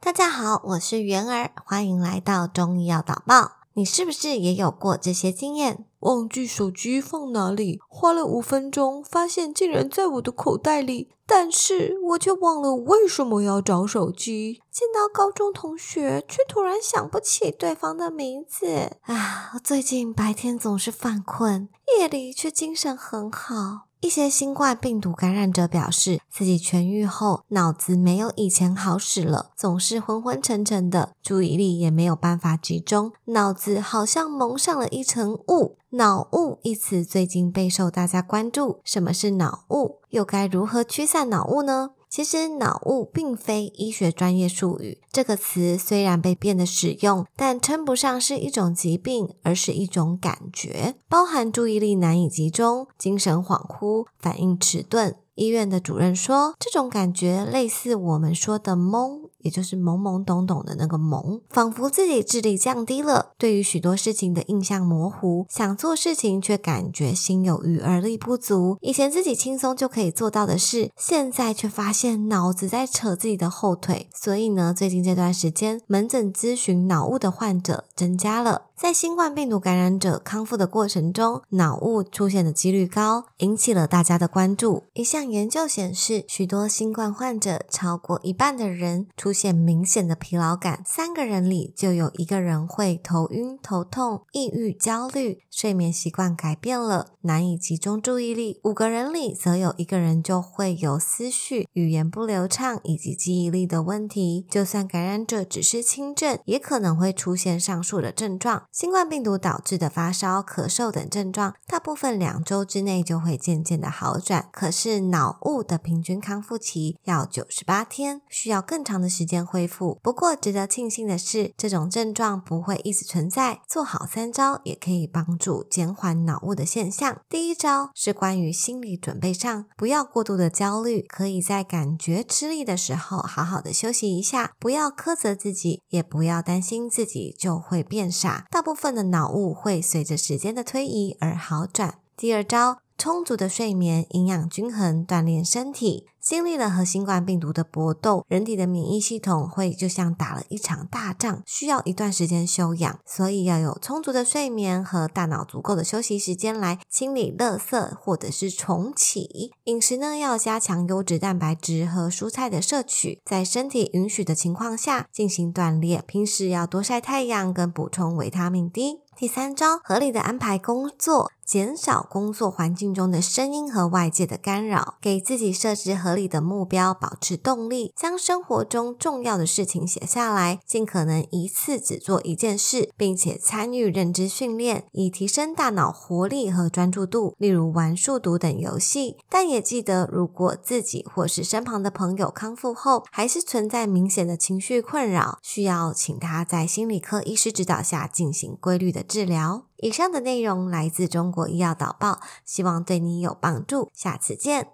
大家好，我是元儿，欢迎来到中医药导报。你是不是也有过这些经验？ 忘记手机放哪里，花了5分钟，发现竟然在我的口袋里，但是我却忘了为什么要找手机。 见到高中同学，却突然想不起对方的名字。最近白天总是犯困，夜里却精神很好。一些新冠病毒感染者表示，自己痊愈后，脑子没有以前好使了，总是昏昏沉沉的，注意力也没有办法集中，脑子好像蒙上了一层雾。脑雾一词最近备受大家关注，什么是脑雾？又该如何驱散脑雾呢？其实脑雾并非医学专业术语，这个词虽然被变得使用，但称不上是一种疾病，而是一种感觉，包含注意力难以集中、精神恍惚、反应迟钝。医院的主任说，这种感觉类似我们说的懵，也就是懵懵懂懂的那个懵，仿佛自己智力降低了，对于许多事情的印象模糊，想做事情却感觉心有余而力不足，以前自己轻松就可以做到的事，现在却发现脑子在扯自己的后腿。所以呢，最近这段时间门诊咨询脑雾的患者增加了。在新冠病毒感染者康复的过程中，脑雾出现的几率高，引起了大家的关注。一项研究显示，许多新冠患者超过一半的人出现明显的疲劳感，3个人里就有1个人会头晕、头痛、抑郁、焦虑，睡眠习惯改变了，难以集中注意力。5个人里则有1个人就会有思绪、语言不流畅以及记忆力的问题。就算感染者只是轻症，也可能会出现上述的症状。新冠病毒导致的发烧、咳嗽等症状，大部分2周之内就会渐渐的好转。可是脑雾的平均康复期要98天，需要更长的时间恢复。不过值得庆幸的是，这种症状不会一直存在，做好3招也可以帮助减缓脑雾的现象。第1招是关于心理准备上，不要过度的焦虑，可以在感觉吃力的时候好好的休息一下，不要苛责自己，也不要担心自己就会变傻，大部分的脑雾会随着时间的推移而好转。第2招，充足的睡眠、营养均衡、锻炼身体。经历了和新冠病毒的搏斗，人体的免疫系统会就像打了一场大仗，需要一段时间休养，所以要有充足的睡眠和大脑足够的休息时间来清理垃圾或者是重启。饮食呢，要加强优质蛋白质和蔬菜的摄取，在身体允许的情况下进行锻炼，平时要多晒太阳跟补充维他命 D。第3招，合理的安排工作，减少工作环境中的声音和外界的干扰，给自己设置合理的目标，保持动力，将生活中重要的事情写下来，尽可能一次只做1件事，并且参与认知训练，以提升大脑活力和专注度，例如玩数独等游戏。但也记得，如果自己或是身旁的朋友康复后还是存在明显的情绪困扰，需要请他在心理科医师指导下进行规律的治疗。以上的内容来自中国医药导报，希望对你有帮助，下次见。